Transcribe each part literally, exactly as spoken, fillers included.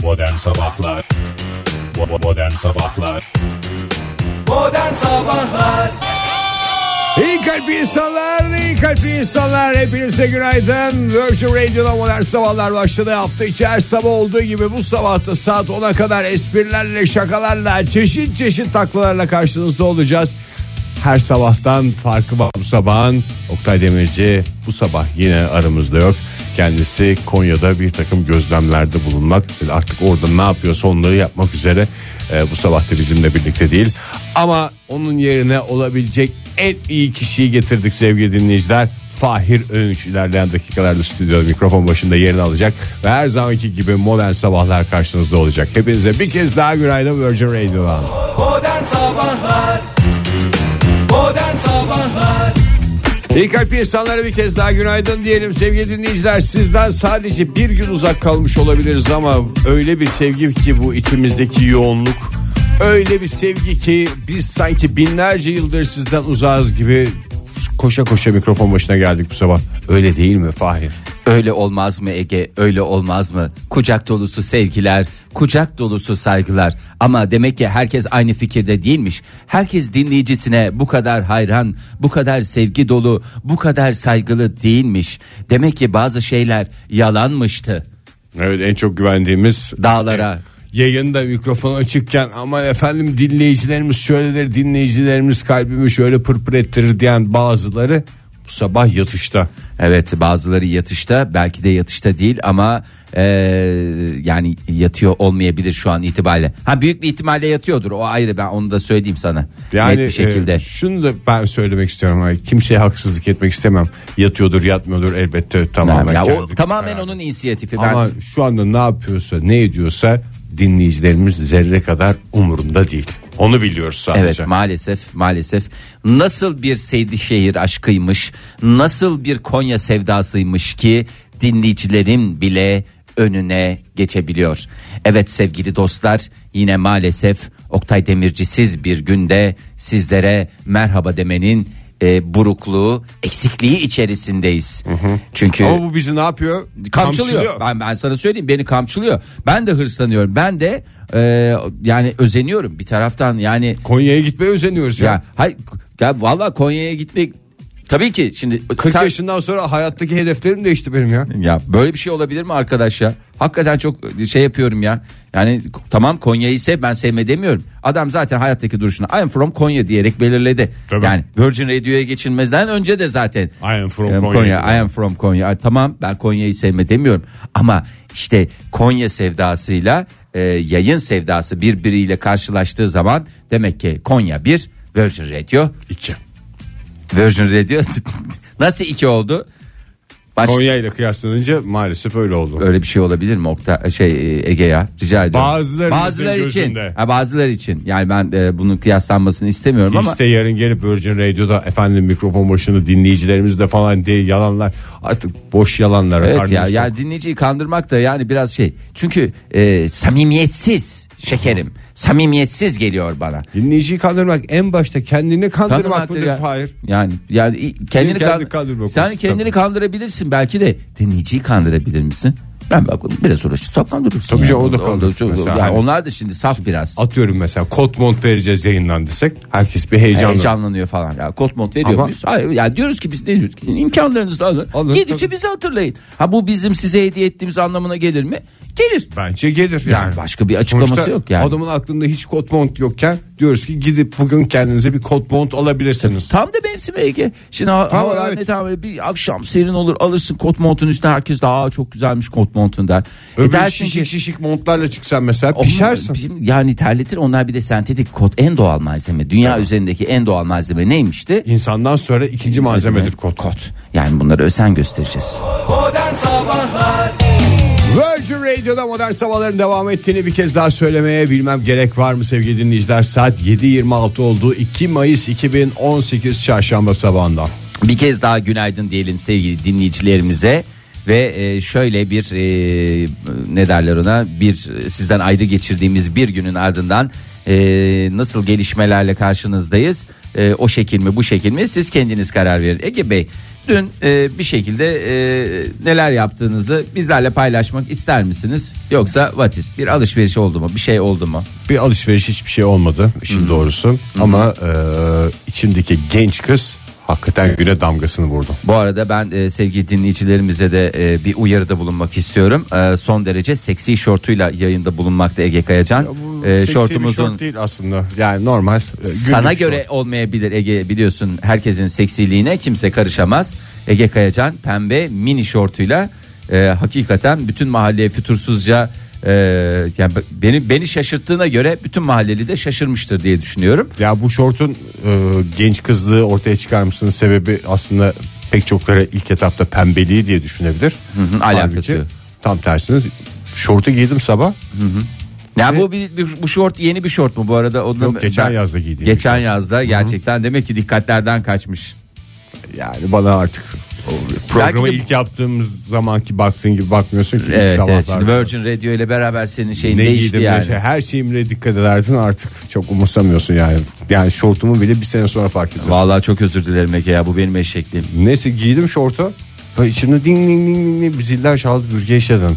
Modern Sabahlar Modern Sabahlar Modern Sabahlar İyi kalpli insanlar, iyi kalpli insanlar, hepinize günaydın. Virgin Radio'da Modern Sabahlar başladı. Hafta içi her sabah olduğu gibi bu sabahta saat ona kadar esprilerle, şakalarla, çeşit çeşit taklalarla karşınızda olacağız. Her sabahtan farkı var bu sabahın. Oktay Demirci bu sabah yine aramızda yok. Kendisi Konya'da bir takım gözlemlerde bulunmak, artık orada ne yapıyorsa onları yapmak üzere. Ee, bu sabah da bizimle birlikte değil. Ama onun yerine olabilecek en iyi kişiyi getirdik sevgili dinleyiciler. Fahir Öğünç ilerleyen dakikalarda stüdyoda mikrofon başında yerini alacak ve her zamanki gibi Modern Sabahlar karşınızda olacak. Hepinize bir kez daha günaydın Virgin Radio'dan. Modern Sabahlar Modern Sabahlar İyi kalpli insanlara bir kez daha günaydın diyelim sevgili dinleyiciler. Sizden sadece bir gün uzak kalmış olabiliriz ama öyle bir sevgi ki bu içimizdeki yoğunluk, öyle bir sevgi ki biz sanki binlerce yıldır sizden uzağız gibi koşa koşa mikrofon başına geldik bu sabah. Öyle değil mi Fahir? Öyle olmaz mı Ege, öyle olmaz mı? Kucak dolusu sevgiler, kucak dolusu saygılar. Ama demek ki herkes aynı fikirde değilmiş. Herkes dinleyicisine bu kadar hayran, bu kadar sevgi dolu, bu kadar saygılı değilmiş. Demek ki bazı şeyler yalanmıştı. Evet, en çok güvendiğimiz dağlara. İşte yayında mikrofon açıkken aman efendim dinleyicilerimiz şöyledir, dinleyicilerimiz kalbimi şöyle pırpır ettirir diyen bazıları bu sabah yatışta. Evet, bazıları yatışta, belki de yatışta değil ama e, yani yatıyor olmayabilir şu an itibariyle. Ha, büyük bir ihtimalle yatıyordur, o ayrı, ben onu da söyleyeyim sana. Yani net bir şekilde. E, şunu da ben söylemek istiyorum. Kimseye haksızlık etmek istemem. Yatıyordur, yatmıyordur elbette tamamen. Ya, kendi, o tamamen yani onun inisiyatifi. Ama ben... şu anda ne yapıyorsa, ne ediyorsa dinleyicilerimiz zerre kadar umurunda değil. Onu biliyoruz sadece. Evet, maalesef maalesef nasıl bir Seydişehir aşkıymış, nasıl bir Konya sevdasıymış ki dinleyicilerin bile önüne geçebiliyor. Evet sevgili dostlar, yine maalesef Oktay Demircisiz bir günde sizlere merhaba demenin e, burukluğu, eksikliği içerisindeyiz. Hı hı. Çünkü ama bu bizi ne yapıyor? Kamçılıyor. kamçılıyor. Ben ben sana söyleyeyim, beni kamçılıyor. Ben de hırslanıyorum. Ben de e, yani özeniyorum bir taraftan. Yani Konya'ya gitmeye özeniyoruz ya. Ya hayır, ya vallahi Konya'ya gitmek tabii ki şimdi kırk sen... yaşından sonra hayattaki hedeflerim değişti benim ya. Ya böyle bir şey olabilir mi arkadaş ya? Hakikaten çok şey yapıyorum ya. Yani tamam, Konya'yı sev, ben sevme demiyorum. Adam zaten hayattaki duruşunu I am from Konya diyerek belirledi. Tabii. Yani Virgin Radio'ya geçilmeden önce de zaten I am from um, Konya. Konya I am from Konya. Tamam, ben Konya'yı sevme demiyorum. Ama işte Konya sevdasıyla e, yayın sevdası birbiriyle karşılaştığı zaman demek ki Konya bir, Virgin Radio iki. Virgin Radio nasıl iki oldu? Baş... Konya ile kıyaslanınca maalesef öyle oldu. Öyle bir şey olabilir mi Oktay, şey Ege ya, rica ediyorum. Bazıları, bazıları için. Ha, bazıları için. Yani ben e, bunun kıyaslanmasını istemiyorum işte ama. İşte yarın gelip Virgin Radio'da efendim mikrofon başında dinleyicilerimiz de falan diye yalanlar. Artık boş yalanlar. Evet ya, ya dinleyiciyi kandırmak da yani biraz şey. Çünkü e, samimiyetsiz şekerim. Samimiyetsiz geliyor bana. Dinleyiciyi kandırmak en başta kendini kandırmak mıdır ya. Hayır. Yani yani kendini kendi kandır. Sen kendini kandırabilirsin belki de, dinleyiciyi kandırabilir misin? Ben bak biraz uğraşırsam kandırırsın. Tabii canım, yani. o da kandırır. Yani hani, onlar da şimdi saf biraz. Atıyorum mesela kot mont vereceğiz yayından desek herkes bir heyecanlı. Heyecanlanıyor falan. Ya kot mont veriyor ama, muyuz? Hayır. Ya diyoruz ki biz ne diyoruz ki? İmkanlarınızı alın. alın Gidince bizi hatırlayın. Ha, bu bizim size hediye ettiğimiz anlamına gelir mi? Gelir. Bence gelir. Yani, yani başka bir açıklaması sonuçta yok yani. Adamın aklında hiç kot mont yokken diyoruz ki gidip bugün kendinize bir kot mont alabilirsiniz. Tam da mevsimi Ege. Şimdi ha- tamam, havalar evet. ne tamam, bir akşam serin olur, alırsın kot montun üstüne, herkes de aa çok güzelmiş kot montun der. Öbür e şişik ki, şişik montlarla çıksan mesela onlar, pişersin. Yani terletir, onlar bir de sentetik kot, en doğal malzeme. Dünya evet. üzerindeki en doğal malzeme neymişti? İnsandan sonra ikinci malzemedir kot. Kot. Yani bunları özen göstereceğiz. Modern Sabahlar Virgin Radio'da Modern Sabahların devam ettiğini bir kez daha söylemeye bilmem gerek var mı sevgili dinleyiciler? Saat yedi yirmi altı oldu. iki Mayıs iki bin on sekiz Çarşamba sabahında. Bir kez daha günaydın diyelim sevgili dinleyicilerimize. Ve şöyle bir ne derler ona, bir sizden ayrı geçirdiğimiz bir günün ardından nasıl gelişmelerle karşınızdayız, o şekil mi bu şekil mi, siz kendiniz karar verin. Ege Bey, dün e, bir şekilde e, neler yaptığınızı bizlerle paylaşmak ister misiniz? Yoksa what is? Bir alışveriş oldu mu? Bir şey oldu mu? Bir alışveriş hiçbir şey olmadı işin hmm. doğrusu. Hmm. Ama e, içimdeki genç kız hakikaten güne damgasını vurdu. Bu arada ben e, sevgili dinleyicilerimize de e, bir uyarıda bulunmak istiyorum. E, son derece seksi şortuyla yayında bulunmakta Ege Kayacan. E, şortumuzun şort değil aslında. Yani normal. E, sana göre şort olmayabilir Ege, biliyorsun herkesin seksiliğine kimse karışamaz. Ege Kayacan pembe mini şortuyla e, hakikaten bütün mahalleye fütursuzca Ee, yani beni beni şaşırttığına göre bütün mahalleli de şaşırmıştır diye düşünüyorum. Ya bu şortun e, genç kızlığı ortaya çıkarmasının sebebi aslında pek çokları ilk etapta pembeliği diye düşünebilir. Hı hı, alakası yok. Tam tersine şortu giydim sabah. Hı hı. Ya bu bir, bir, bu şort yeni bir şort mu bu arada? Onu yok, geçen ben, yazda giydiğim. Geçen yazda gerçekten, hı hı, demek ki dikkatlerden kaçmış. Yani bana artık programa ilk yaptığımız zamanki baktığın gibi bakmıyorsun ki. Evet, evet. Şimdi Virgin Radio ile beraber senin şeyin ne değişti yani. Şey, her şeyimle dikkat ederdin, artık çok umursamıyorsun yani. Yani şortumu bile bir sene sonra fark ediyorsun. Vallahi çok özür dilerim Ege ya, bu benim eşekliğim. Neyse giydim şortu. İçimde ding ding ding ding ding bir ziller çaldı, bürge işledim.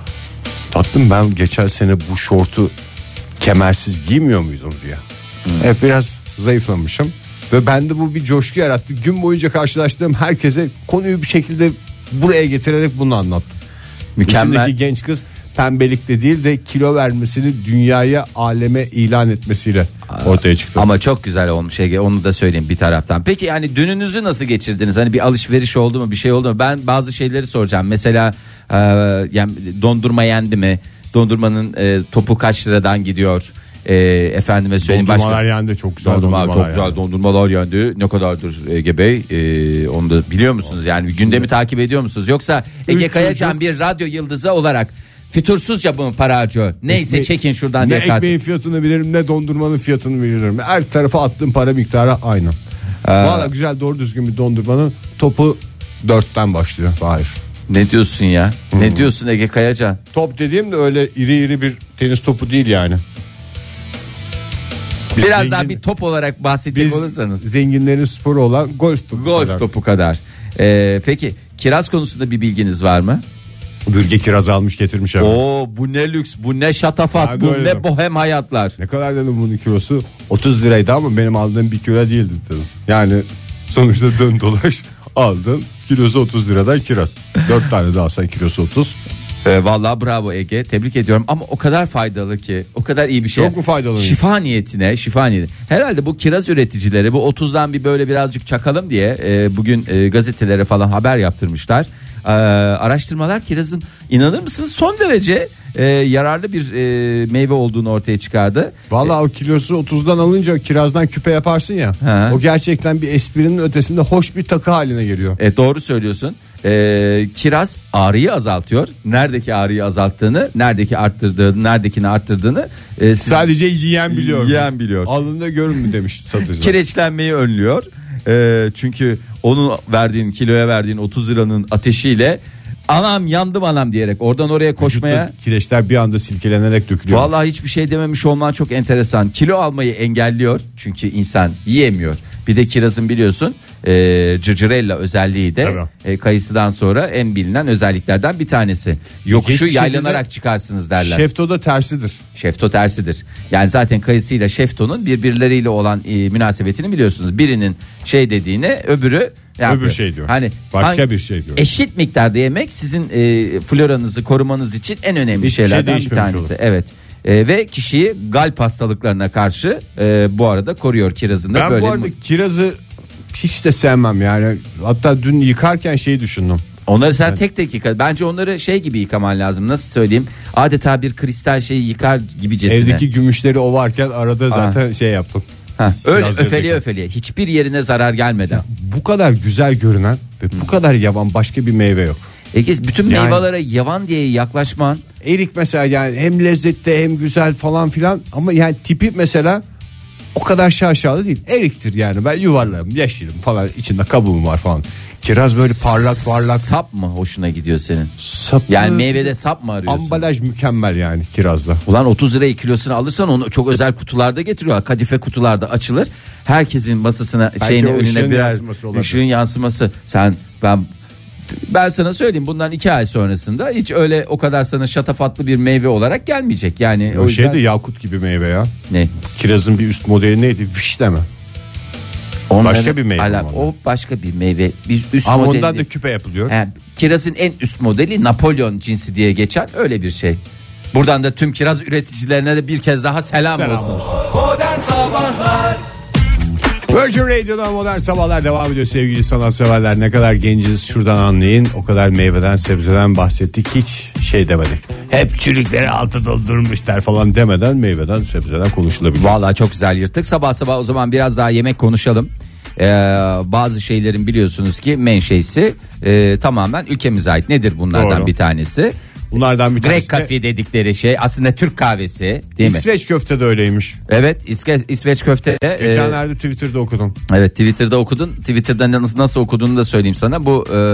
Tatlım, ben geçen sene bu şortu kemersiz giymiyor muydum diye. Hmm. Hep biraz zayıflamışım. Ve bende bu bir coşku yarattı. Gün boyunca karşılaştığım herkese konuyu bir şekilde buraya getirerek bunu anlattım. Mükemmel. İçimdeki genç kız pembelikte değil de kilo vermesini dünyaya, aleme ilan etmesiyle ortaya çıktı. Ama çok güzel olmuş Ege, onu da söyleyeyim bir taraftan. Peki yani dününüzü nasıl geçirdiniz? Hani bir alışveriş oldu mu, bir şey oldu mu? Ben bazı şeyleri soracağım. Mesela e, yani dondurma yendi mi? Dondurmanın e, topu kaç liradan gidiyor? E, efendime söyleyeyim, dondurmalar başka yendi, çok güzel dondurma, dondurmalar çok güzel yendi. dondurmalar yendi. Ne kadardır Ege Bey? E, onu da biliyor musunuz? Yani gündemi takip ediyor musunuz? Yoksa Ege Kayacan bir radyo yıldızı olarak fütursuzca mı para harcıyor? Neyse Ekme- çekin şuradan. Ne ekmeğin fiyatını bilirim, ne dondurmanın fiyatını bilirim. Her tarafa attığım para miktarı aynı. Ee, Valla güzel doğru düzgün bir dondurmanın topu dörtten başlıyor. Hayır. Ne diyorsun ya? Hmm. Ne diyorsun Ege Kayacan? Top dediğim de öyle iri iri bir tenis topu değil yani. Biz Biraz zengin, daha bir top olarak bahsedecek olursanız. Zenginlerin sporu olan golf topu golf kadar. topu kadar. Ee, peki kiraz konusunda bir bilginiz var mı? Bürge kiraz almış getirmiş hemen. Oo, bu ne lüks, bu ne şatafat, ya, bu ne dedim. Bohem hayatlar. Ne kadar dedim bunun kilosu? otuz liraydı ama benim aldığım bir kilo değildi dedim. Yani sonuçta dön dolaş aldın, kilosu otuz liradan kiraz. dört tane de alsan kilosu otuz. E, vallahi bravo Ege, tebrik ediyorum ama o kadar faydalı ki, o kadar iyi bir şey. Çok mu faydalı? Şifa niyetine, şifa niyetine. Herhalde bu kiraz üreticileri bu otuzdan bir böyle birazcık çakalım diye e, bugün e, gazetelere falan haber yaptırmışlar. E, araştırmalar kirazın, inanır mısınız, son derece e, yararlı bir e, meyve olduğunu ortaya çıkardı. Vallahi o kilosu otuzdan alınca kirazdan küpe yaparsın ya. Ha. O gerçekten bir esprinin ötesinde hoş bir takı haline geliyor. E, doğru söylüyorsun. Ee, kiraz ağrıyı azaltıyor. Neredeki ağrıyı azalttığını, neredeki arttırdığını, neredekini arttırdığını e, sadece yiyen biliyor. Yiyen biliyor. Alnında görün mü demiş satıcılar. Kireçlenmeyi önlüyor. E, çünkü onun verdiğin, kiloya verdiğin otuz liranın ateşiyle anam yandım anam diyerek oradan oraya koşmaya. Vücutta kireçler bir anda silkelenerek dökülüyor. Vallahi hiçbir şey dememiş olman çok enteresan. Kilo almayı engelliyor çünkü insan yiyemiyor. Bir de kirazın biliyorsun e, cırcırella özelliği de e, kayısıdan sonra en bilinen özelliklerden bir tanesi. Yokuşu yaylanarak çıkarsınız derler. Şefto da tersidir. Şefto tersidir. Yani zaten kayısıyla şeftonun birbirleriyle olan e, münasebetini biliyorsunuz. Birinin şey dediğine öbürü yapıyor. Öbür şey diyor. Hani başka hani, bir şey diyor. Eşit miktarda yemek sizin e, floranızı korumanız için en önemli Hiç şeylerden şey bir tanesi. Olur. Evet. E, ve kişiyi galp hastalıklarına karşı e, bu arada koruyor kirazın da. Ben böyle bu arada kirazı hiç de sevmem yani. Hatta dün yıkarken şeyi düşündüm. Onları sen evet. tek tek yıka. Bence onları şey gibi yıkaman lazım. Nasıl söyleyeyim? Adeta bir kristal şeyi yıkar gibicesine. Evdeki gümüşleri ovarken arada zaten Aa. şey yaptım. Ha, öyle öfeliye öfeliye. Hiçbir yerine zarar gelmeden. Bu kadar güzel görünen ve bu kadar yavan başka bir meyve yok. Ege, bütün yani, meyvelere yavan diye yaklaşman. Erik mesela yani hem lezzetli hem güzel falan filan ama yani tipi mesela o kadar şaşalı değil. Eriktir yani. Ben yuvarlarım, yeşilim falan, içinde kabuğum var falan. Kiraz böyle parlak parlak. Sap mı hoşuna gidiyor senin? Sapı, Yani meyvede sap mı arıyorsun? Ambalaj mükemmel yani kirazda. Ulan otuz liraya kilosunu alırsan onu çok özel kutularda getiriyor. Kadife kutularda açılır. Herkesin masasına Belki şeyine o ışığın önüne birer yansıması olabilir. ışığın yansıması. Sen ben ben sana söyleyeyim, bundan iki ay sonrasında hiç öyle o kadar sana şatafatlı bir meyve olarak gelmeyecek. Yani O, o yüzden şey de yakut gibi meyve ya. ne? Kirazın bir üst modeli neydi? Vişne mi? Onların Başka bir meyve ala- mi O başka bir meyve. Bir üst Ama modeli. ondan da küpe yapılıyor. He, kirazın en üst modeli Napolyon cinsi diye geçen öyle bir şey. Buradan da tüm kiraz üreticilerine de bir kez daha selam, Selam olsun. Modern Sabahlar Virgin Radio'da Modern Sabahlar devam ediyor sevgili sanatseverler. Ne kadar genciz şuradan anlayın. O kadar meyveden sebzeden bahsettik, hiç şey demedik. Hep çürükleri altı doldurmuşlar falan demeden meyveden sebzeden konuşulabilir. Vallahi çok güzel yırttık. Sabah sabah o zaman biraz daha yemek konuşalım. Ee, bazı şeylerin biliyorsunuz ki menşesi e, tamamen ülkemize ait. Nedir bunlardan Doğru. bir tanesi? Bunlardan bir Grek tanesi de kafe dedikleri şey aslında Türk kahvesi değil mi? İsveç köfte de öyleymiş. Evet, İske, İsveç köfte. e, Geçenlerde Twitter'da okudum. Evet, Twitter'da okudun. Twitter'da nasıl, nasıl okuduğunu da söyleyeyim sana. Bu e,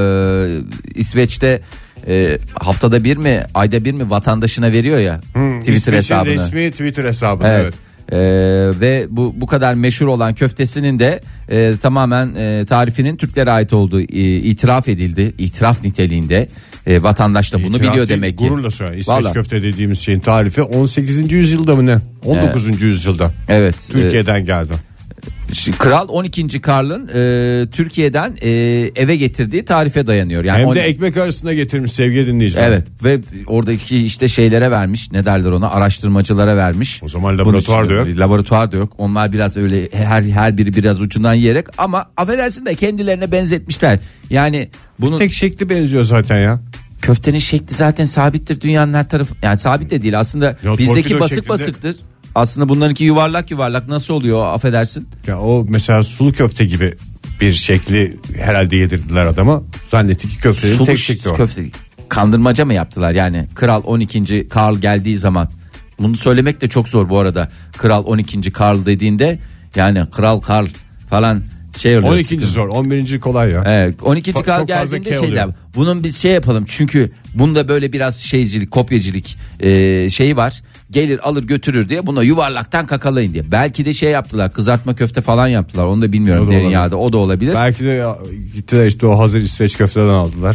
İsveç'te e, haftada bir mi ayda bir mi vatandaşına veriyor ya Twitter İsveç'in hesabını. resmi Twitter hesabını, Evet. evet. Ee, ve bu bu kadar meşhur olan köftesinin de e, tamamen e, tarifinin Türklere ait olduğu e, itiraf edildi. İtiraf niteliğinde. E, vatandaş da bunu İtiraf biliyor değil, demek ki. Gururla söylüyor. İsveç Vallahi. köfte dediğimiz şeyin tarifi on sekizinci yüzyılda mı ne? on dokuzuncu yüzyılda. Evet. Türkiye'den geldi. e, Kral on ikinci Karl'ın e, Türkiye'den e, eve getirdiği tarife dayanıyor. Yani Hem on- de ekmek arasına getirmiş sevgili dinleyiciler. Evet, ve oradaki işte şeylere vermiş, ne derler ona, araştırmacılara vermiş. O zaman laboratuvar Bunu- da yok. Laboratuvar da yok. Onlar biraz öyle her her biri biraz ucundan yiyerek, ama affedersin de kendilerine benzetmişler. Yani bunun Tek şekli benziyor zaten ya. köftenin şekli zaten sabittir dünyanın her tarafı. Yani sabit de değil aslında, Ya bizdeki torpido basık şeklinde- basıktır. Aslında bunlarınki yuvarlak yuvarlak, nasıl oluyor affedersin? Ya o mesela sulu köfte gibi bir şekli herhalde yedirdiler adama. Zannetti ki köftenin Sulu tek şekli o. köfte. Kandırmaca mı yaptılar yani? Kral on ikinci Karl geldiği zaman. Bunu söylemek de çok zor bu arada. Kral on ikinci Karl dediğinde yani Kral Karl falan şey oluyor. on ikinci zor, on birinci kolay ya. Evet, on ikinci Çok- Karl çok fazla geldiğinde K şeyler. oluyor. Bunun biz şey yapalım, çünkü bunda böyle biraz şeycilik, kopyacılık e, şeyi var. Gelir alır götürür diye buna yuvarlaktan kakalayın diye. Belki de şey yaptılar, kızartma köfte falan yaptılar. Onu da bilmiyorum, O da derin olabilir. yağda, o da olabilir. Belki de ya, gittiler işte o hazır İsveç köfteden aldılar.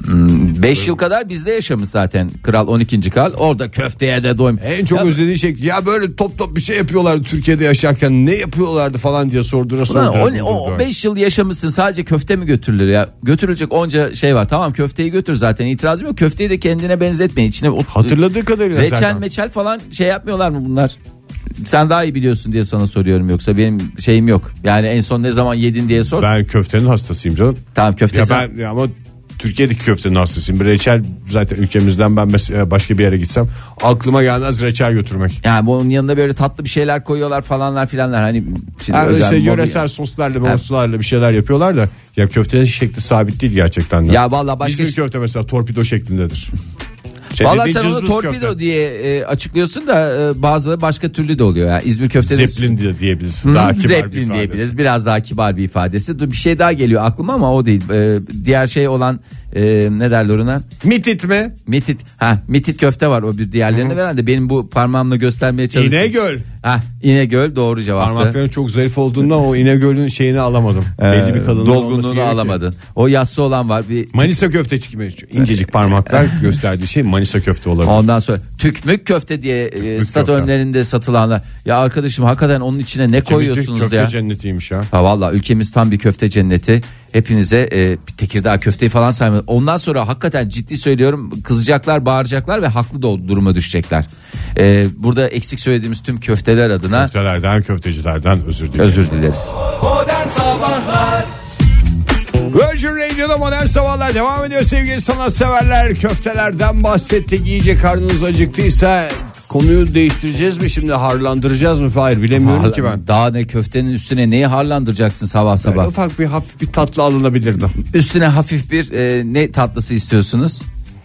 beş yıl kadar bizde yaşamış zaten Kral on ikinci Karl. Orada köfteye de doyum. En çok Ya- özlediği şey ya böyle top top bir şey yapıyorlardı Türkiye'de yaşarken, ne yapıyorlardı falan diye sordura Ulan sordura. o, durdurdu. o beş yıl yaşamışsın, sadece köfte mi götürülür ya? Götürülecek onca şey var. Tamam, köfteyi götür, zaten itirazım yok. Köfteyi de kendine benzetme. İçine o, Hatırladığı kadarıyla reçel zaten. meçel falan şey yapmıyorlar mı bunlar? Sen daha iyi biliyorsun diye sana soruyorum, yoksa benim şeyim yok. Yani en son ne zaman yedin diye sor. Ben köftenin hastasıyım canım. Tamam, köfte Ya sen- ben ya ama Türkiye'deki köftenin hastasıyım. Bir reçel zaten ülkemizden, ben mesela başka bir yere gitsem aklıma gelmez reçel götürmek. Yani bunun yanında böyle tatlı bir şeyler koyuyorlar falanlar filanlar. Hani şimdi Yani özel işte mobil- yöresel soslarla moslarla bir şeyler yapıyorlar da ya köftenin şekli sabit değil gerçekten de. Ya vallahi başka İzmir şey- köfte mesela torpido şeklindedir. Şey Vallahi dediğin sen onu cızbız torpido köfte. diye e, açıklıyorsun da e, bazıları başka türlü de oluyor. Yani İzmir köfteleri Zeppelin diye diyebiliriz. Hı, Daha kibar bir Zeppelin ifadesi. diyebiliriz. Biraz daha kibar bir ifadesi. Dur, bir şey daha geliyor aklıma ama o değil. Ee, diğer şey olan e, ne derler ona? Mitit mi? Mitit. Ha, mitit köfte var. O bir diğerlerini veren de benim bu parmağımla göstermeye çalıştım. İnegöl. Ha, İnegöl doğru cevaptı. Parmakların çok zayıf olduğundan o İnegöl'ün şeyini alamadım. Ee, Belli bir kalınlığı olması dolgunluğunu gerekiyor. alamadın. O yassı olan var. Bir Manisa köfte gibi incecik parmaklar gösterdiği şey Manisa köfte olabilir. Ondan sonra tükmük köfte diye e, stat köfte. önlerinde satılanlar. Ya arkadaşım, hakikaten onun içine ne koyuyorsunuz köfte ya? cennetiymiş ya. Ha valla ülkemiz tam bir köfte cenneti. Hepinize e, bir Tekirdağ köfteyi falan saymadım. Ondan sonra hakikaten ciddi söylüyorum, kızacaklar, bağıracaklar ve haklı da duruma düşecekler. E, burada eksik söylediğimiz tüm köfteler adına Köftelerden, köftecilerden özür dilerim. özür dileriz. Modern Sabahlar Virgin Radio'da Modern Sabahlar devam ediyor sevgili sanatseverler. Köftelerden bahsettik. İyice karnınız acıktıysa konuyu değiştireceğiz mi şimdi, harlandıracağız mı? Hayır, bilemiyorum ki ben. Daha ne, köftenin üstüne neyi harlandıracaksın sabah sabah? Böyle ufak bir hafif bir tatlı alınabilirdi. Üstüne hafif bir e, ne tatlısı istiyorsunuz?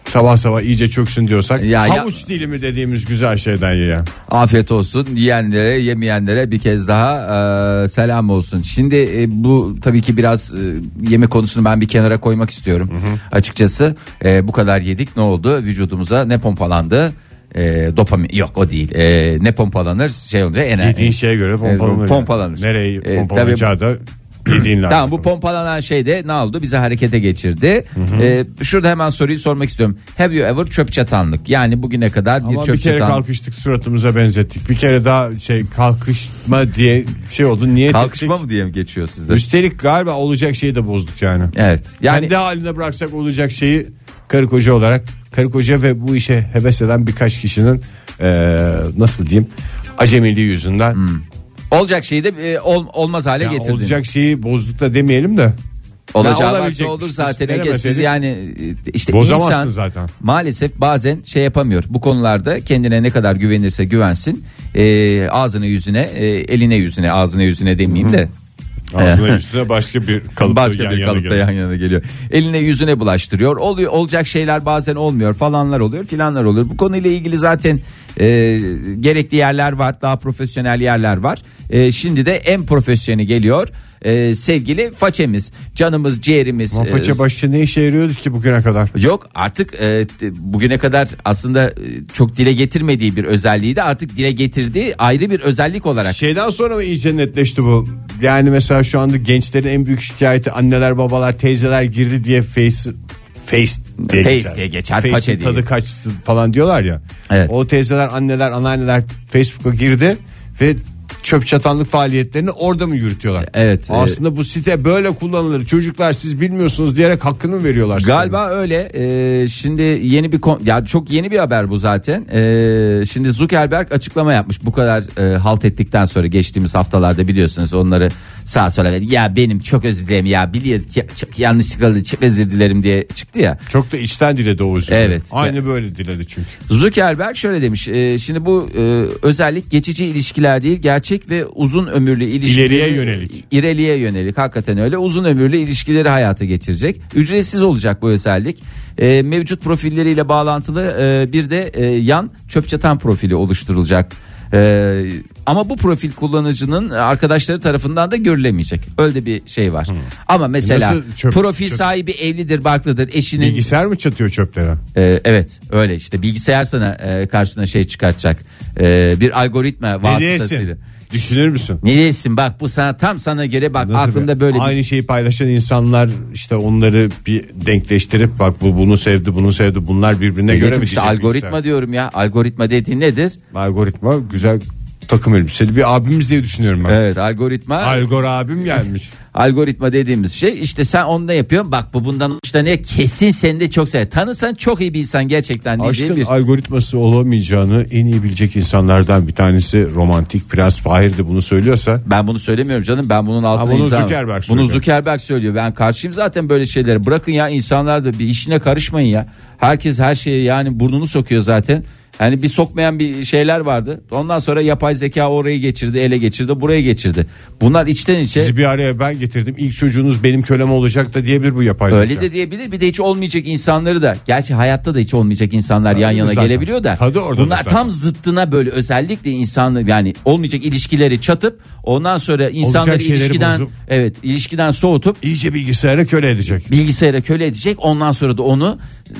sabah sabah iyice çöksün diyorsak Ya, ya- havuç dilimi dediğimiz güzel şeyden ye ya. Afiyet olsun yiyenlere yemeyenlere bir kez daha e, selam olsun. Şimdi e, bu tabii ki biraz e, yeme konusunu ben bir kenara koymak istiyorum. Hı hı. Açıkçası e, bu kadar yedik, ne oldu vücudumuza, ne pompalandı? E, dopamin yok, o değil. E, ne pompalanır şey olunca enerji. Yediğin şeye göre pompalanır. E, pompalanır. Nereye E, pompalanacağı da yediğinle. Tamam, bu pompalanan şey de ne oldu? Bizi harekete geçirdi. Ee, şurada hemen soruyu sormak istiyorum. Have you ever çöp çatanlık? Yani bugüne kadar bir Ama çöp bir kere çatan. kalkıştık, suratımıza benzettik. Bir kere daha şey kalkışma diye şey oldu. Niye Kalkışma ettik? mı diye mi geçiyor sizde? Üstelik galiba olacak şeyi de bozduk yani. Evet. Yani Kendi haline bıraksak olacak şeyi karı koca olarak, karı koca ve bu işe heves eden birkaç kişinin eee, nasıl diyeyim, acemiliği yüzünden olacak şeyi de e, ol- olmaz hale ya getirdin. olacak şeyi bozduk da demeyelim de. Olacağı Ya varsa olabilecekmiş. olur zaten. Biz Ege, siz veremeseydik yani e, işte bozamazsın insan zaten. maalesef bazen şey yapamıyor. Bu konularda kendine ne kadar güvenirse güvensin, e, ağzına yüzüne, e, eline yüzüne, ağzına yüzüne demeyeyim de. Ağzına üstüne başka bir kalıpta Başka yan bir yana kalıpta geliyor. yan yana geliyor. Eline yüzüne bulaştırıyor. Oluyor, olacak şeyler bazen olmuyor. Falanlar oluyor, filanlar oluyor. Bu konuyla ilgili zaten e, gerekli yerler var. Daha profesyonel yerler var. E, şimdi de en profesyoneli geliyor. E, sevgili façemiz, canımız, ciğerimiz. Ama faça e, başka ne işe yarıyordu ki bugüne kadar? Yok artık e, t- bugüne kadar aslında e, çok dile getirmediği bir özelliği de artık dile getirdiği ayrı bir özellik olarak. Şeyden sonra mı iyice netleşti bu? Yani mesela şu anda gençlerin en büyük şikayeti anneler, babalar, teyzeler girdi diye face face diye Face geçer. diye geçer, Face'in façe diye. tadı kaçtı falan diyorlar ya. Evet. O teyzeler, anneler, anneanneler Facebook'a girdi ve çöp çatanlık faaliyetlerini orada mı yürütüyorlar? Evet. Aslında bu site böyle kullanılır. Çocuklar siz bilmiyorsunuz diyerek hakkını veriyorlar. Galiba öyle. Ee, şimdi yeni bir kon- ya çok yeni bir haber bu zaten. Ee, şimdi Zuckerberg açıklama yapmış. Bu kadar e, halt ettikten sonra geçtiğimiz haftalarda biliyorsunuz onları sağa sola verdi. Ya benim çok özür dilerim ya, biliyor çok yanlışlıkla çok özür dilerim diye çıktı ya. Çok da içten diledi o özür. Evet. Aynı böyle diledi çünkü. Zuckerberg şöyle demiş. e, şimdi bu e, özellik geçici ilişkiler değil, gerçek ve uzun ömürlü ilişkileri, İleriye yönelik. İleriye yönelik, hakikaten öyle uzun ömürlü ilişkileri hayata geçirecek. Ücretsiz olacak bu özellik. E, mevcut profilleriyle bağlantılı e, bir de e, yan çöp çatan profili oluşturulacak. E, ama bu profil kullanıcının arkadaşları tarafından da görülemeyecek. Öyle bir şey var. Ama mesela Nasıl çöp- profil çöp- sahibi evlidir, barklıdır, eşinin Bilgisayar mı çatıyor çöplere? ee, evet öyle işte bilgisayar sana e, karşına şey çıkartacak. Ee, bir algoritma Ne vasıtasıyla. diyesin? Düşünür müsün? Ne diyesin, bak bu sana tam sana göre, bak Nasıl aklımda bir- böyle bir... Aynı şeyi paylaşan insanlar işte onları bir denkleştirip bak bu bunu sevdi, bunu sevdi, bunlar birbirine göre Geçim mi işte diyecek algoritma bilgisayar? diyorum ya, algoritma dediğin nedir? Algoritma güzel takım elbiseli bir abimiz diye düşünüyorum ben. Evet, algoritma. Algor abim gelmiş. Algoritma dediğimiz şey işte, sen onu ne yapıyorsun, bak bu bundan hoşlanıyor, kesin seni de çok sever, tanısan çok iyi bir insan gerçekten diyeceği Aşkın bir... algoritması olamayacağını en iyi bilecek insanlardan bir tanesi romantik Prens Fahir de bunu söylüyorsa. Ben bunu söylemiyorum canım, ben bunun altına Ha, bunu imza- Zuckerberg Bunu söylüyor. Zuckerberg söylüyor. Ben karşıyım zaten böyle şeylere. Bırakın ya, insanlar da bir işine karışmayın ya. Herkes her şeye yani burnunu sokuyor zaten. Yani bir sokmayan bir şeyler vardı. Ondan sonra yapay zeka orayı geçirdi, ele geçirdi, buraya geçirdi. Bunlar içten içe Sizi bir araya ben getirdim. İlk çocuğunuz benim kölem olacak da diyebilir bu yapay öyle zeka. de diyebilir. Bir de hiç olmayacak insanları da. Gerçi hayatta da hiç olmayacak insanlar yan yana zaten. gelebiliyor da. Tadı orada Bunlar da zaten. tam zıttına böyle özellikle insanlar yani olmayacak ilişkileri çatıp ondan sonra insanları şeyleri ilişkiden bozup. evet ilişkiden soğutup İyice bilgisayara köle edecek. bilgisayara köle edecek. Ondan sonra da onu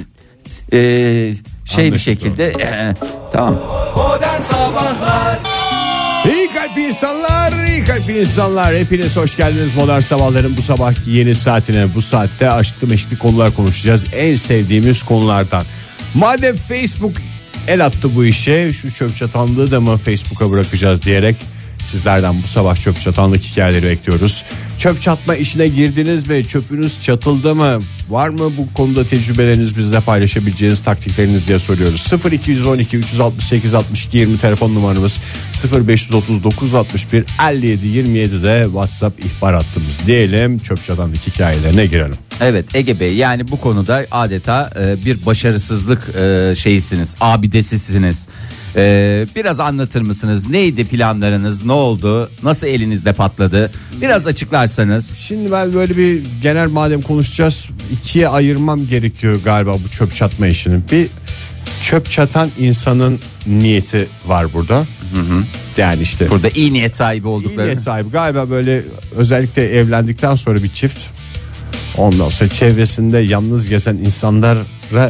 e, şey bir Anlaşıldı. şekilde e, tamam. Modern Sabahlar İyi kalp insanlar, iyi kalp insanlar. Hepiniz hoş geldiniz Modern Sabahların bu sabahki yeni saatine. Bu saatte aşklı meşkli konular konuşacağız. En sevdiğimiz konulardan. Madem Facebook el attı bu işe, şu çöp çatanlığı da mı Facebook'a bırakacağız diyerek sizlerden bu sabah çöp çatanlık hikayeleri bekliyoruz. Çöp çatma işine girdiniz mi? Çöpünüz çatıldı mı? Var mı bu konuda tecrübeleriniz, bizle paylaşabileceğiniz taktikleriniz diye soruyoruz. sıfır iki on iki üç altı sekiz altmış iki yirmi telefon numaramız, sıfır beş otuz dokuz altmış bir elli yedi yirmi yedi de WhatsApp ihbar hattımız diyelim. Çöp çatanlık hikayelerine girelim. Evet Ege Bey, yani bu konuda adeta e, bir başarısızlık e, şeysiniz, abidesisiniz. E, biraz anlatır mısınız? Neydi planlarınız? Ne oldu? Nasıl elinizde patladı? Biraz açıklarsanız yaparsanız. Şimdi ben böyle bir genel madem konuşacağız, ikiye ayırmam gerekiyor galiba bu çöp çatma işini. Bir, çöp çatan insanın niyeti var burada. Hı hı. Yani işte burada iyi niyet sahibi iyi oldukları. niyet sahibi galiba, böyle özellikle evlendikten sonra bir çift, ondan sonra çevresinde yalnız gezen insanlara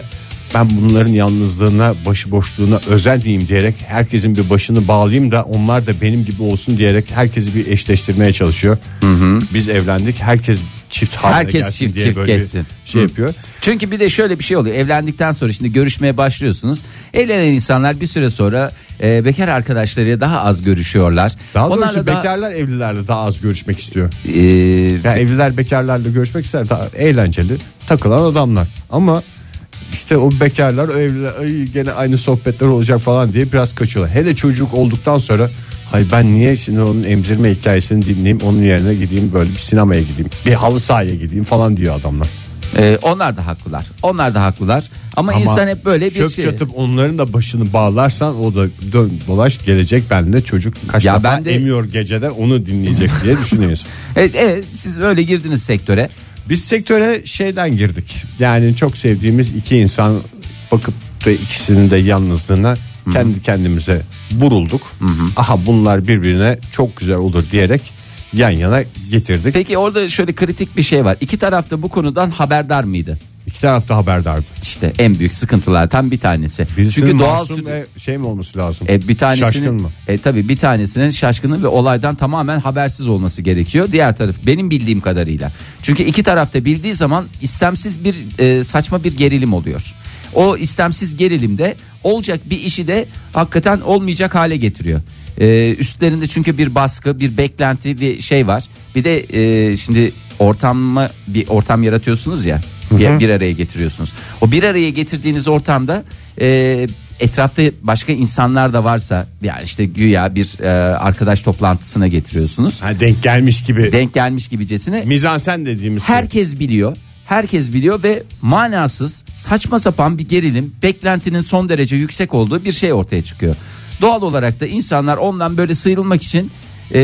ben bunların yalnızlığına, başıboşluğuna özenmeyeyim diyerek herkesin bir başını bağlayayım da onlar da benim gibi olsun diyerek herkesi bir eşleştirmeye çalışıyor. Hı hı. Biz evlendik, herkes çift haline Herkes gelsin çift diye çift böyle geçsin. şey Hı. yapıyor. Çünkü bir de şöyle bir şey oluyor. Evlendikten sonra şimdi görüşmeye başlıyorsunuz. Evlenen insanlar bir süre sonra e, bekar arkadaşlarıyla daha az görüşüyorlar. Daha Onlarla doğrusu daha- bekarlar evlilerle daha az görüşmek istiyor. Ee, Yani evliler bekarlarla görüşmek ister, daha eğlenceli takılan adamlar. Ama işte o bekarlar, o evliler, ay gene aynı sohbetler olacak falan diye biraz kaçıyorlar. Hele çocuk olduktan sonra, hay ben niye şimdi onun emzirme hikayesini dinleyeyim, onun yerine gideyim böyle bir sinemaya gideyim, bir halı sahaya gideyim falan diyor adamlar. e, onlar da haklılar. Onlar da haklılar. Ama, Ama insan hep böyle bir çöp şey. çatıp onların da başını bağlarsan o da dön dolaş gelecek, bende çocuk kaç Ya defa ben de- emiyor gecede, onu dinleyecek diye düşünüyorsun. Evet, evet, siz öyle girdiniz sektöre. Biz sektöre şeyden girdik. Yani çok sevdiğimiz iki insan, bakıp da ikisinin de yalnızlığına Hı-hı. kendi kendimize vurulduk. Hı-hı. Aha bunlar birbirine çok güzel olur diyerek yan yana getirdik. Peki orada şöyle kritik bir şey var. İki taraf da bu konudan haberdar mıydı? İki taraf da haberdardı. İşte en büyük sıkıntılardan bir tanesi. Birisinin Çünkü doğal masum süt- ve şey mi olması lazım? E, bir tanesinin, Şaşkın mı? E, tabii bir tanesinin şaşkını ve olaydan tamamen habersiz olması gerekiyor. Diğer taraf, benim bildiğim kadarıyla. Çünkü iki tarafta bildiği zaman istemsiz bir e, saçma bir gerilim oluyor. O istemsiz gerilimde olacak bir işi de hakikaten olmayacak hale getiriyor. E, üstlerinde çünkü bir baskı, bir beklenti, bir şey var. Bir de e, şimdi ortamı bir ortam yaratıyorsunuz ya. Bir, bir araya getiriyorsunuz. O bir araya getirdiğiniz ortamda e, etrafta başka insanlar da varsa, yani işte güya bir e, arkadaş toplantısına getiriyorsunuz. Ha, denk gelmiş gibi. Denk gelmiş gibicesine. Mizansen dediğimiz şey. Herkes biliyor. Herkes biliyor ve manasız, saçma sapan bir gerilim, beklentinin son derece yüksek olduğu bir şey ortaya çıkıyor. Doğal olarak da insanlar ondan böyle sıyrılmak için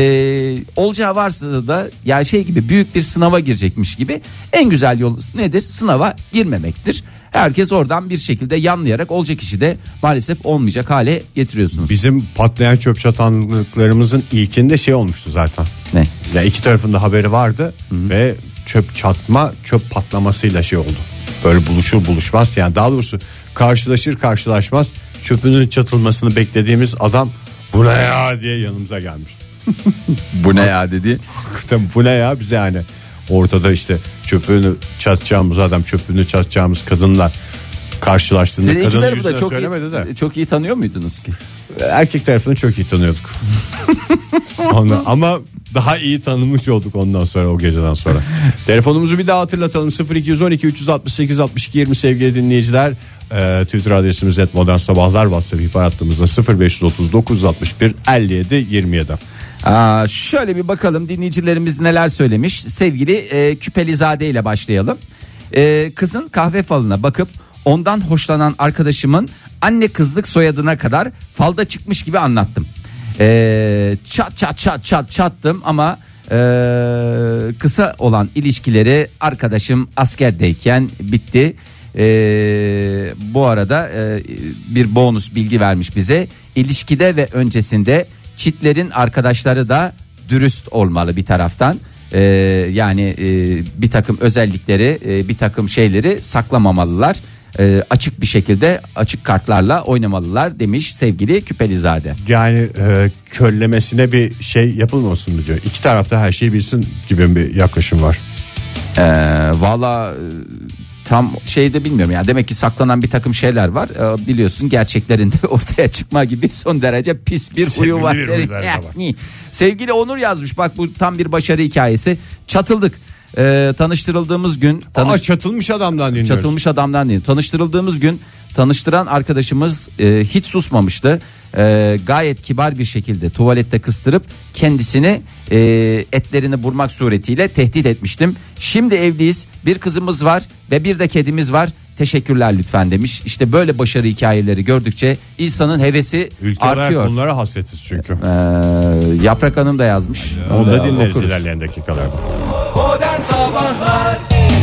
Ee, olacağı varsa da ya şey gibi, büyük bir sınava girecekmiş gibi, en güzel yol nedir? Sınava girmemektir. Herkes oradan bir şekilde yanlayarak olacak işi de maalesef olmayacak hale getiriyorsunuz. Bizim patlayan çöp çatanlıklarımızın ilkinde şey olmuştu zaten. Ne? Ya iki tarafında haberi vardı. Hı-hı. Ve çöp çatma çöp patlamasıyla şey oldu. Böyle buluşur buluşmaz, yani daha doğrusu karşılaşır karşılaşmaz çöpünün çatılmasını beklediğimiz adam bu ne ya diye yanımıza gelmişti. Bu ne ya dedi. Hakikaten bu ne ya, bize yani ortada işte çöpünü çatacağımız adam, çöpünü çatacağımız kadınlar karşılaştığında, siz iki kadının tarafı da yüzüne çok söylemedi iyi, de. çok iyi tanıyor muydunuz ki? Erkek tarafını çok iyi tanıyorduk. Onu, ama daha iyi tanımış olduk ondan sonra, o geceden sonra. Telefonumuzu bir daha hatırlatalım: sıfır iki on iki üç altı sekiz altmış iki yirmi sevgili dinleyiciler. Ee, Twitter adresimiz et modern sabahlar, WhatsApp ihbar hattımızda sıfır beş otuz dokuz altmış bir elli yedi yirmi yedi. Aa, şöyle bir bakalım dinleyicilerimiz neler söylemiş. Sevgili e, Küpelizade ile başlayalım. E, kızın kahve falına bakıp ondan hoşlanan arkadaşımın anne kızlık soyadına kadar falda çıkmış gibi anlattım. E, çat çat çat çat çattım ama e, kısa olan ilişkileri arkadaşım askerdeyken bitti. Ee, bu arada e, bir bonus bilgi vermiş bize. İlişkide ve öncesinde çiftlerin arkadaşları da dürüst olmalı bir taraftan. Ee, yani e, bir takım özellikleri, e, bir takım şeyleri saklamamalılar. E, açık bir şekilde, açık kartlarla oynamalılar demiş sevgili Küpelizade. Yani e, köllemesine bir şey yapılmasın mı diyor. İki tarafta her şeyi bilsin gibi bir yaklaşım var. Ee, Valla tam şeyde bilmiyorum ya, demek ki saklanan bir takım şeyler var. Ee, biliyorsun gerçeklerinde ortaya çıkma gibi son derece pis bir Sevgili huyu var. bir huylar da var. Yani, sevgili Onur yazmış, bak bu tam bir başarı hikayesi. Çatıldık. Ee, tanıştırıldığımız gün tanış... Aa, çatılmış adamdan dinliyoruz. Çatılmış adamdan değil. Tanıştırıldığımız gün tanıştıran arkadaşımız e, hiç susmamıştı. E, gayet kibar bir şekilde tuvalette kıstırıp kendisini e, etlerini burmak suretiyle tehdit etmiştim. Şimdi evliyiz, bir kızımız var ve bir de kedimiz var. Teşekkürler lütfen demiş. İşte böyle başarı hikayeleri gördükçe insanın hevesi Ülke olarak artıyor. onlara hasretiz çünkü. Ee, Yaprak Hanım da yazmış. Onu da Ee, dinleriz okuruz. ilerleyen dakikalarda. Modern Sabahlar.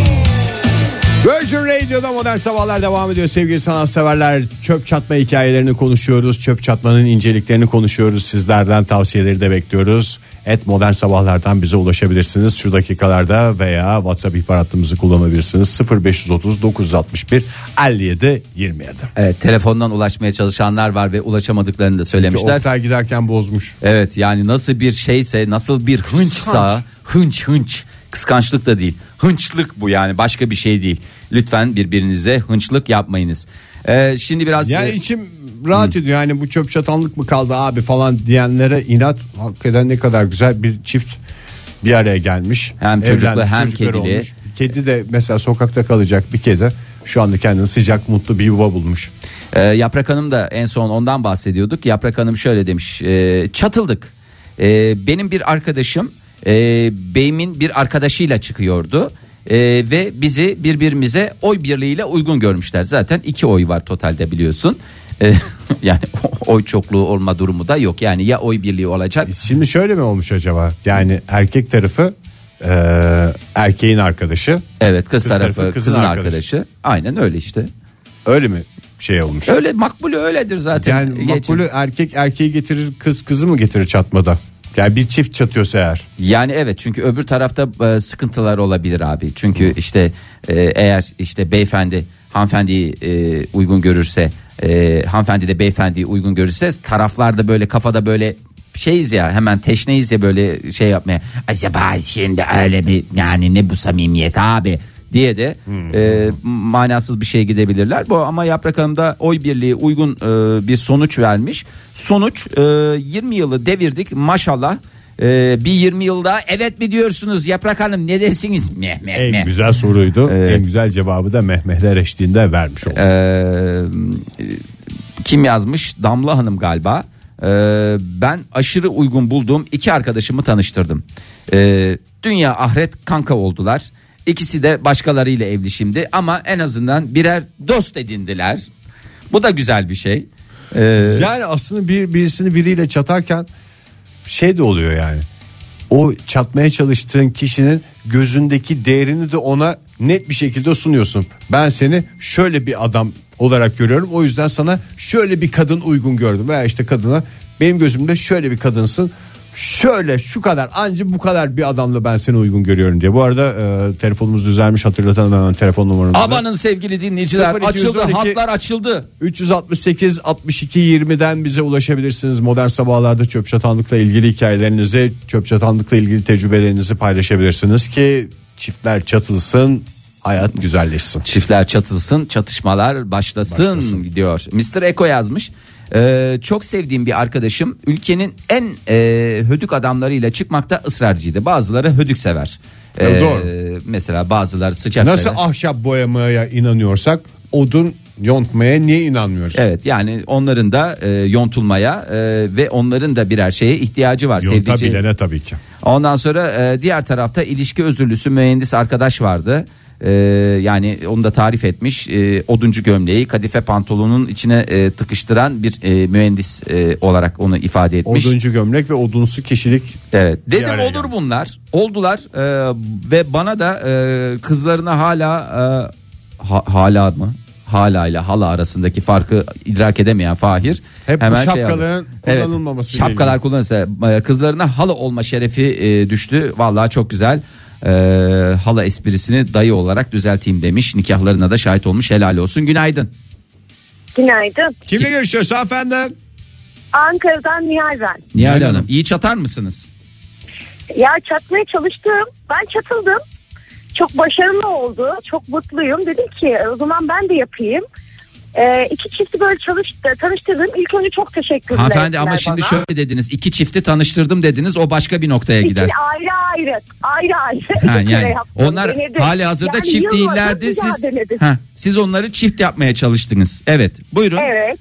Virgin Radio'da Modern Sabahlar devam ediyor sevgili sanatseverler. Çöp çatma hikayelerini konuşuyoruz. Çöp çatmanın inceliklerini konuşuyoruz. Sizlerden tavsiyeleri de bekliyoruz. Et Modern Sabahlar'dan bize ulaşabilirsiniz. Şu dakikalarda veya WhatsApp ihbar hattımızı kullanabilirsiniz. sıfır beş otuz dokuz altmış bir elli yedi yirmi yedi. Evet, telefondan ulaşmaya çalışanlar var ve ulaşamadıklarını da söylemişler. Oktay giderken bozmuş. Evet, yani nasıl bir şeyse, nasıl bir hınçsa, hınç hınç. Kıskançlık da değil, hınçlık bu, yani başka bir şey değil. Lütfen birbirinize hınçlık yapmayınız. Ee, şimdi biraz yani içim rahat ediyor. Yani bu çöp çatanlık mı kaldı abi falan diyenlere inat. Hakikaten ne kadar güzel bir çift bir araya gelmiş. Hem çocuklu Evlenmiş, hem çocukları kedili. olmuş. Kedi de mesela sokakta kalacak bir kedi şu anda kendini sıcak mutlu bir yuva bulmuş. Ee, Yaprak Hanım da en son ondan bahsediyorduk. Yaprak Hanım şöyle demiş: e, çatıldık. E, benim bir arkadaşım e, beyimin bir arkadaşıyla çıkıyordu. Ee, ve bizi birbirimize oy birliğiyle uygun görmüşler. Zaten iki oy var totalde, biliyorsun. Ee, yani oy çokluğu olma durumu da yok. Yani ya oy birliği olacak. Şimdi şöyle mi olmuş acaba? Yani erkek tarafı e, erkeğin arkadaşı. Evet, kız, kız tarafı, tarafı kızın, kızın arkadaşı. arkadaşı. Aynen öyle işte. Öyle mi şey olmuş? Öyle makbulü öyledir zaten. Yani Geçin. makbulü erkek erkeği getirir, kız kızı mı getirir çatmada? Yani bir çift çatıyorsa eğer. Yani evet, çünkü öbür tarafta e, sıkıntılar olabilir abi. Çünkü işte e, eğer işte beyefendi hanımefendiyi e, uygun görürse, e, hanımefendi de beyefendiyi uygun görürse, taraflarda böyle kafada böyle şeyiz ya, hemen teşneyiz ya böyle şey yapmaya. Acaba şimdi öyle bir, yani ne bu samimiyet abi diye de hmm. e, manasız bir şey gidebilirler. Bu ama Yaprak Hanım da oy birliği uygun e, bir sonuç vermiş. Sonuç e, yirmi yılı devirdik maşallah. E, bir yirmi yılda evet mi diyorsunuz Yaprak Hanım, ne dersiniz? Meh, meh, En meh. güzel soruydu. Evet. En güzel cevabı da mehmehler eşliğinde vermiş oldu. E, kim yazmış? Damla Hanım galiba. E, ben aşırı uygun bulduğum iki arkadaşımı tanıştırdım. E, dünya ahiret kanka oldular. İkisi de başkalarıyla evli şimdi, ama en azından birer dost edindiler. Bu da güzel bir şey. Ee, Yani aslında bir birisini biriyle çatarken şey de oluyor yani. O çatmaya çalıştığın kişinin gözündeki değerini de ona net bir şekilde sunuyorsun. Ben seni şöyle bir adam olarak görüyorum, o yüzden sana şöyle bir kadın uygun gördüm. Veya işte kadına, benim gözümde şöyle bir kadınsın, şöyle şu kadar, anca bu kadar bir adamla ben seni uygun görüyorum diye. Bu arada e, telefonumuz düzelmiş, hatırlatalım telefon numaramızı. Amanın sevgili dinleyiciler, açıldı, hatlar açıldı. üç yüz altmış sekiz altmış iki yirmiden bize ulaşabilirsiniz. Modern Sabahlar'da çöp çatanlıkla ilgili hikayelerinizi, çöp çatanlıkla ilgili tecrübelerinizi paylaşabilirsiniz ki çiftler çatılsın, hayat güzelleşsin. Çiftler çatılsın, çatışmalar başlasın, başlasın. diyor. mister Eko yazmış. Ee, çok sevdiğim bir arkadaşım ülkenin en e, hödük adamlarıyla çıkmakta ısrarcıydı. Bazıları hödük sever. Ee, Doğru. Mesela bazıları sıcak Nasıl sever. ahşap boyamaya inanıyorsak odun yontmaya niye inanmıyoruz? Evet, yani onların da e, yontulmaya e, ve onların da birer şeye ihtiyacı var. Yontabilene sevdici... tabii ki. Ondan sonra e, diğer tarafta ilişki özürlüsü mühendis arkadaş vardı. Ee, yani onu da tarif etmiş, ee, oduncu gömleği kadife pantolonun içine e, tıkıştıran bir e, mühendis e, olarak onu ifade etmiş. Oduncu gömlek ve odunsu kişilik. Evet, dedim olur geldi. bunlar oldular e, ve bana da e, kızlarına hala e, ha, hala mı hala ile hala arasındaki farkı idrak edemeyen Fahir hep hemen bu şapkaların şey kullanılmaması, evet, şapkalar kullanılsa e, kızlarına hala olma şerefi e, düştü. Vallahi çok güzel. Ee, hala esprisini dayı olarak düzelteyim demiş. Nikahlarına da şahit olmuş, helal olsun. Günaydın. Günaydın. Kimle görüşüyoruz efendim? Ankara'dan Nihal ben. Nihal Hanım, iyi çatar mısınız? Ya çatmaya çalıştım. Ben çatıldım. Çok başarılı oldu. Çok mutluyum. Dedim ki o zaman ben de yapayım. Ee, iki çifti böyle çalıştı, tanıştırdım. İlk önce çok teşekkürler. Hanımefendi ama şimdi bana. Şöyle dediniz, iki çifti tanıştırdım dediniz, o başka bir noktaya İkili gider. ayrı ayrı ayrı ayrı. Ha, yani onlar denedim. Hali hazırda yani çift değillerdi, siz ha, siz onları çift yapmaya çalıştınız. Evet, buyurun. Evet.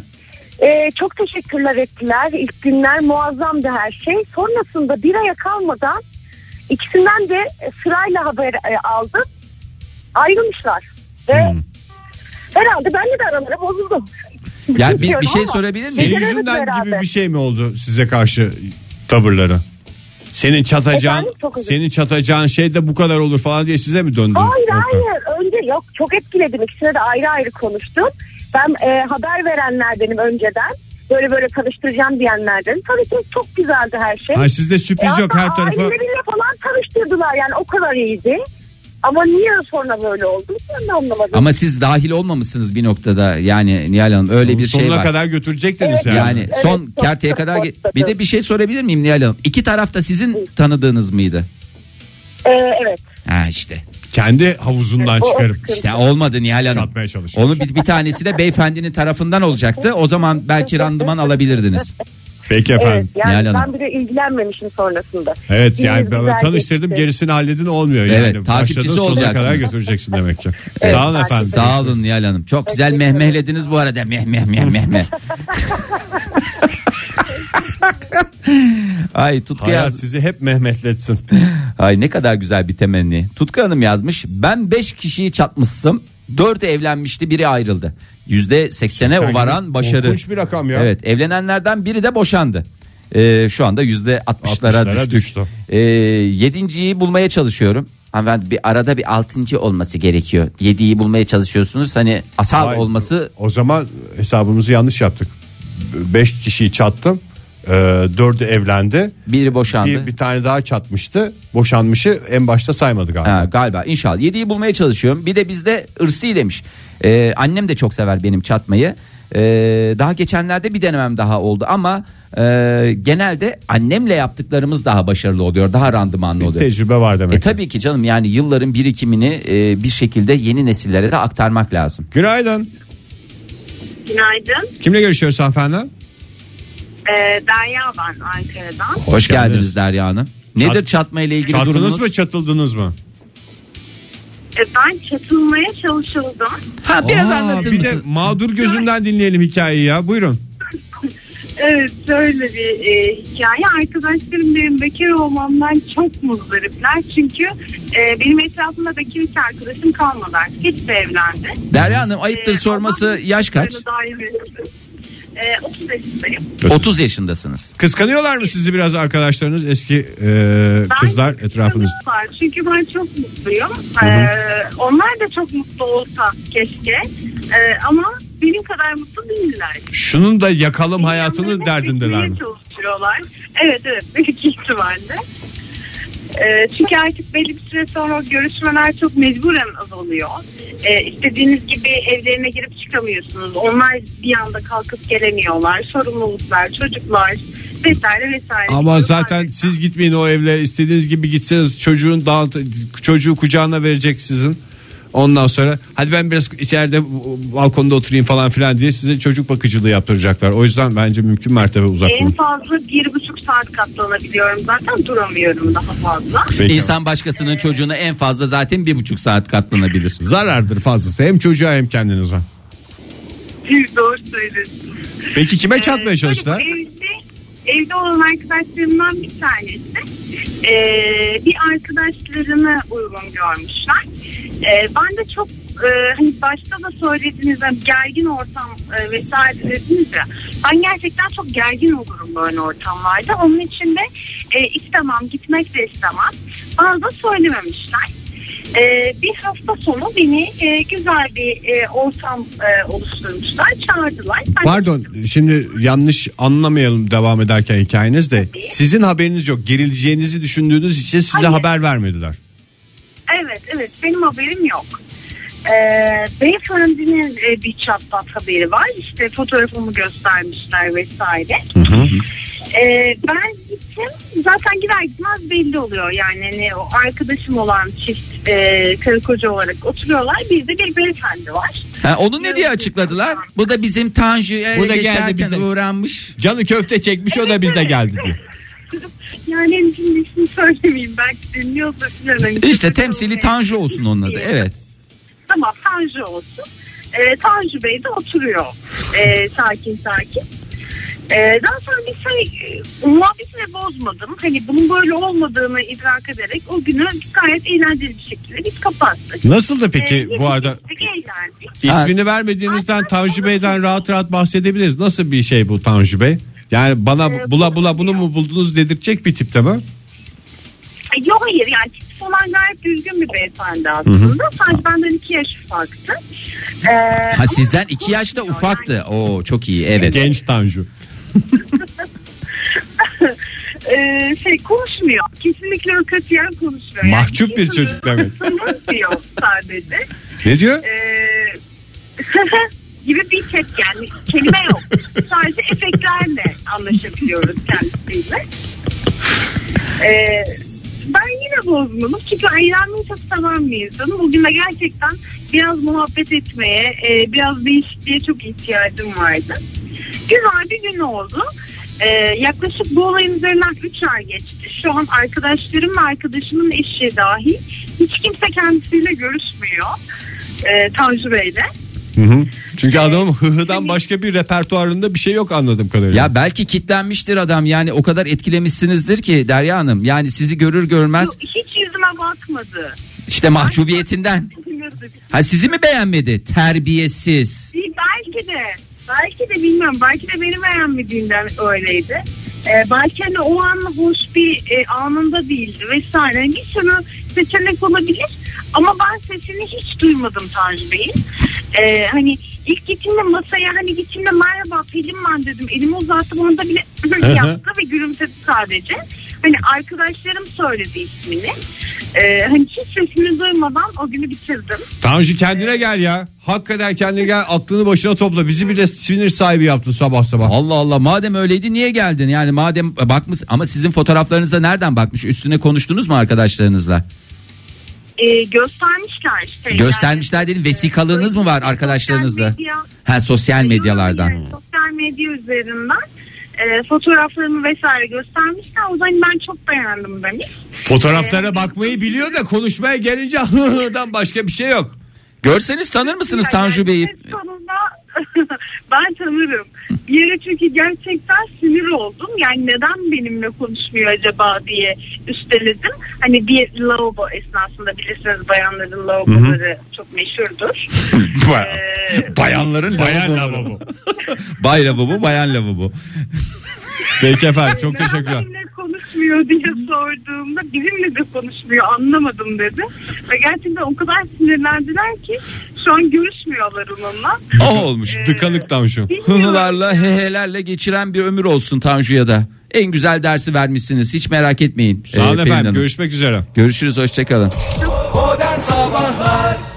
Ee, çok teşekkürler ettiler. İlk günler muazzamdı her şey. Sonrasında bir aya kalmadan ikisinden de sırayla haber e, aldım. Ayrılmışlar. Ve hmm. herhalde benle de araları bozuldu. Yani bir, bir şey sorabilir miyim? Senin yüzünden gibi bir şey mi oldu size karşı tavırları? Senin çatacağın Efendim, çok özür- senin çatacağın şey de bu kadar olur falan diye size mi döndü? Hayır Yok. hayır önce yok çok etkiledim, ikisine de ayrı ayrı konuştum. Ben e, haber verenlerdenim önceden. Böyle böyle tanıştıracağım diyenlerden. Tabii ki çok güzeldi her şey. Hayır, sizde sürpriz E, yok her hatta tarafa. aileleriyle falan tanıştırdılar yani, o kadar iyiydi. Ama niye sonra böyle oldu ben de anlamadım. Ama siz dahil olmamışsınız bir noktada yani Nihal Hanım, öyle bir şey Sonuna var. kadar götürecektiniz Evet, yani. Yani Evet, son çok kerteye çok kadar ge- korktum. bir de bir şey sorabilir miyim Nihal Hanım? İki tarafta sizin tanıdığınız mıydı? E, evet. Ha işte. Kendi havuzundan O- o çıkarıp sıkıntı. İşte olmadı Nihal Hanım. çatmaya çalışıyor. Onu bir, bir tanesi de beyefendinin tarafından olacaktı. O zaman belki randıman alabilirdiniz. Peki Evet, efendim. yani Nihal Hanım. ben bir de ilgilenmemişim sonrasında. Evet yani İyiniz ben güzel tanıştırdım, geçti. gerisini halledin olmuyor yani. Evet, takipçisi Başladın, sonuna olacaksınız. kadar götüreceksin demek ki. Evet, Sağ olun takip efendim. Sağ olun Nihal Hanım. Çok güzel Teşekkür ederim. mehmehlediniz bu arada. Meh meh meh meh meh. Ay Tutku Hayat yaz. sizi hep mehmetletsin. Ay ne kadar güzel bir temenni. Tutku Hanım yazmış. Ben beş kişiyi çatmışsım. Dördü evlenmişti, biri ayrıldı. Yüzde seksene varan başarı. Korkunç bir rakam ya. Evet, evlenenlerden biri de boşandı. Ee, şu anda yüzde altmışlara altmışlara düştük. düştü. Ee, yedinciyi bulmaya çalışıyorum. Ama bir arada bir altıncı olması gerekiyor. Yediyi bulmaya çalışıyorsunuz. Hani asal Hayır, olması. O zaman hesabımızı yanlış yaptık. Beş kişiyi çattım. Ee, dördü evlendi. Biri boşandı. Bir, bir tane daha çatmıştı. Boşanmışı en başta saymadı galiba. Ha, galiba inşallah yediyi bulmaya çalışıyorum. Bir de bizde ırsi demiş. Ee, annem de çok sever benim çatmayı. Ee, daha geçenlerde bir denemem daha oldu ama e, genelde annemle yaptıklarımız daha başarılı oluyor. Daha randımanlı Bir oluyor. tecrübe var demek. E tabii ki canım, yani yılların birikimini e, bir şekilde yeni nesillere de aktarmak lazım. Günaydın. Günaydın. Kimle görüşüyoruz hanımefendi? Ee, Derya ben Ankara'dan. Hoş geldiniz. geldiniz Derya Hanım. Nedir Çat- çatma ile ilgili Çattınız durumunuz? mı, çatıldınız mı? Ee, ben çatılmaya çalışıldım. Ha biraz Aa, anlatır bir de mısın? mağdur gözünden dinleyelim hikayeyi ya. Buyurun. Evet, şöyle bir e, hikaye. Arkadaşlarım benim bekar olmamdan çok muzdaripler. Çünkü e, benim etrafımda bekar hiç arkadaşım kalmadı artık. Hepsi evlendi. Derya Hanım ayıptır Ee, sorması, ama yaş kaç? böyle dair bir- E, otuz yaşındayım. otuz yaşındasınız. Kıskanıyorlar mı sizi biraz arkadaşlarınız, eski e, kızlar Ben etrafınız? var. Çünkü ben çok mutluyum. Ee, onlar da çok mutlu olsa keşke. Ee, ama benim kadar mutlu değiller. Şunun da yakalım hayatını Yanlarına derdindeler mi? beklemeye çalışıyorlar. Evet evet, büyük ihtimalle. Ee, çünkü artık belli bir süre sonra görüşmeler çok mecburen azalıyor. Ee, istediğiniz gibi evlerine girip çıkamıyorsunuz. Onlar bir anda kalkıp gelemiyorlar. Sorumluluklar, çocuklar vesaire vesaire. Ama zaten siz gitmeyin o evle, istediğiniz gibi gitseniz çocuğun dağıt, çocuğu kucağına verecek sizin. Ondan sonra hadi ben biraz içeride balkonda oturayım falan filan diye size çocuk bakıcılığı yaptıracaklar. O yüzden bence mümkün mertebe uzak en durun. fazla bir buçuk saat katlanabiliyorum. Zaten duramıyorum daha fazla. Peki. İnsan başkasının çocuğuna en fazla zaten bir buçuk saat katlanabilir. Zarardır fazlası hem çocuğa hem kendinize. Doğru söylüyorsun. Peki kime çatmaya Ee, çalıştılar? çocuk Evde, evde olan arkadaşlarımdan bir tanesi ee, bir arkadaşlarını uygun görmüşler. Ee, ben de çok e, hani başta da söylediğiniz hani gergin ortam e, vesaire dediniz ya, ben gerçekten çok gergin olurum böyle ortamlarda. Onun için de e, istemem, gitmek de istemem. Bana da söylememişler. Ee, bir hafta sonu beni e, güzel bir e, ortam e, oluşturmuşlar, çağırdılar. Ben Pardon, şimdi yanlış anlamayalım devam ederken hikayenizde. Tabii. Sizin haberiniz yok. Gerileceğinizi düşündüğünüz için size Hayır. haber vermediler. Evet evet, benim haberim yok. Ee, beyefendinin e, bir çatlat haberi var. İşte fotoğrafımı göstermişler vesaire. Ee, ben gittim. Zaten gider gitmez belli oluyor. Yani hani o arkadaşım olan çift e, karı koca olarak oturuyorlar. Bir de bir beyefendi var. Ha, onu ne diye açıkladılar? Bu da bizim Tanju e, Bu da geldi geçerken bizde. uğranmış. Canı köfte çekmiş, o da bizde geldi diyor. Yani en ismini söylemeyeyim. Belki dinliyorsa filan. İşte temsili Tanju olsun onun adı. Evet. Tamam, Tanju olsun. Ee, Tanju Bey de oturuyor. Ee, sakin sakin. Ee, daha sonra bir şey e, muhabbetini bozmadım. Hani bunun böyle olmadığını idrak ederek o günü gayet eğlenceli bir şekilde biz kapattık. Nasıl da peki Ee, bu arada gittik, eğlendik. ismini vermediğinizden Tanju Bey'den rahat rahat bahsedebiliriz. Nasıl bir şey bu Tanju Bey? Yani bana bula bula bunu mu buldunuz dedirtecek bir tipte mi? Yok hayır yani tipi falan gayet düzgün bir beyefendi aslında. Hı-hı. Sadece benden iki yaş ufaktı. Ee, ha sizden iki yaşta ufaktı. Yani. Oo çok iyi evet. Genç Tanju. Ee, şey konuşmuyor. Kesinlikle o kötü yer konuşmuyor. Mahcup yani, bir çocuk demek. diyor sadece. Ne diyor? Ee, gibi bir tek yani kelime yok. Sadece efektlerle anlaşabiliyoruz kendisiyle. Ee, ben yine bozmadım çünkü eğlenmeyi çok seven bir insanım. Bugün de gerçekten biraz muhabbet etmeye, e, biraz değişikliğe çok ihtiyacım vardı. Güzel bir gün oldu. Ee, yaklaşık bu olayın üzerinden üç ay geçti. Şu an arkadaşlarım ve arkadaşımın eşi dahil hiç kimse kendisiyle görüşmüyor. Ee, Tanju Bey'le. Hı hı. Çünkü adamın hıhıdan başka bir repertuarında bir şey yok anladığım kadarıyla. Ya belki kitlenmiştir adam yani o kadar etkilemişsinizdir ki Derya Hanım. Yani sizi görür görmez. Yok, hiç yüzüme bakmadı. İşte mahcubiyetinden. Ha sizi mi beğenmedi? Terbiyesiz. Belki de. Belki de bilmiyorum. Belki de beni beğenmediğinden öyleydi. Ee, belki hani o an hoş bir e, anında değildi vesaire. Bir sürü seçenek olabilir. Ama ben sesini hiç duymadım Tanju Bey'in. Ee, hani ilk gittiğimde masaya hani gittiğimde merhaba Pelin ben dedim. Elimi uzattım onda bile yaptı ve gülümsedi sadece. Hani arkadaşlarım söyledi ismini. Ee, hani hiç sesini duymadan o günü bitirdim. Tanju kendine gel ya. Hakikaten kendine gel, aklını başına topla. Bizi bile sinir sahibi yaptın sabah sabah. Allah Allah, madem öyleydi niye geldin? Yani madem bakmış, ama sizin fotoğraflarınıza nereden bakmış? Üstüne konuştunuz mu arkadaşlarınızla? Ee, göstermişler işte. Göstermişler dedim, vesikalığınız mı var arkadaşlarınızla? Medya, ha sosyal medyalardan. Yani, sosyal medya üzerinden e, fotoğraflarımı vesaire göstermişler. O zaman ben çok beğendim demiş. Fotoğraflara ee, bakmayı biliyor da konuşmaya gelince hıhıdan başka bir şey yok. Görseniz tanır mısınız yani Tanju Bey'i? Sonunda ben tanırım. Bir yere çünkü gerçekten sinir oldum. Yani neden benimle konuşmuyor acaba diye üsteledim. Hani bir lavabo esnasında, bilirsiniz bayanların lavaboları çok meşhurdur. ee, Bayanların bayan lavabo. Bay lavabo, bayan lavabo. Peki efendim, çok teşekkürler. Benimle konuşmuyor diye sorduğumda bizimle de konuşmuyor, anlamadım dedi. Ve gerçekten o kadar sinirlendiler ki şu an görüşmüyorlar onunla. O olmuş ee, dıkalık Tanju. Hıhılarla hehelerle geçiren bir ömür olsun Tanju'ya da. En güzel dersi vermişsiniz, hiç merak etmeyin. Sağ olun ee, efendim, görüşmek üzere. Görüşürüz, hoşçakalın. Modern Sabahlar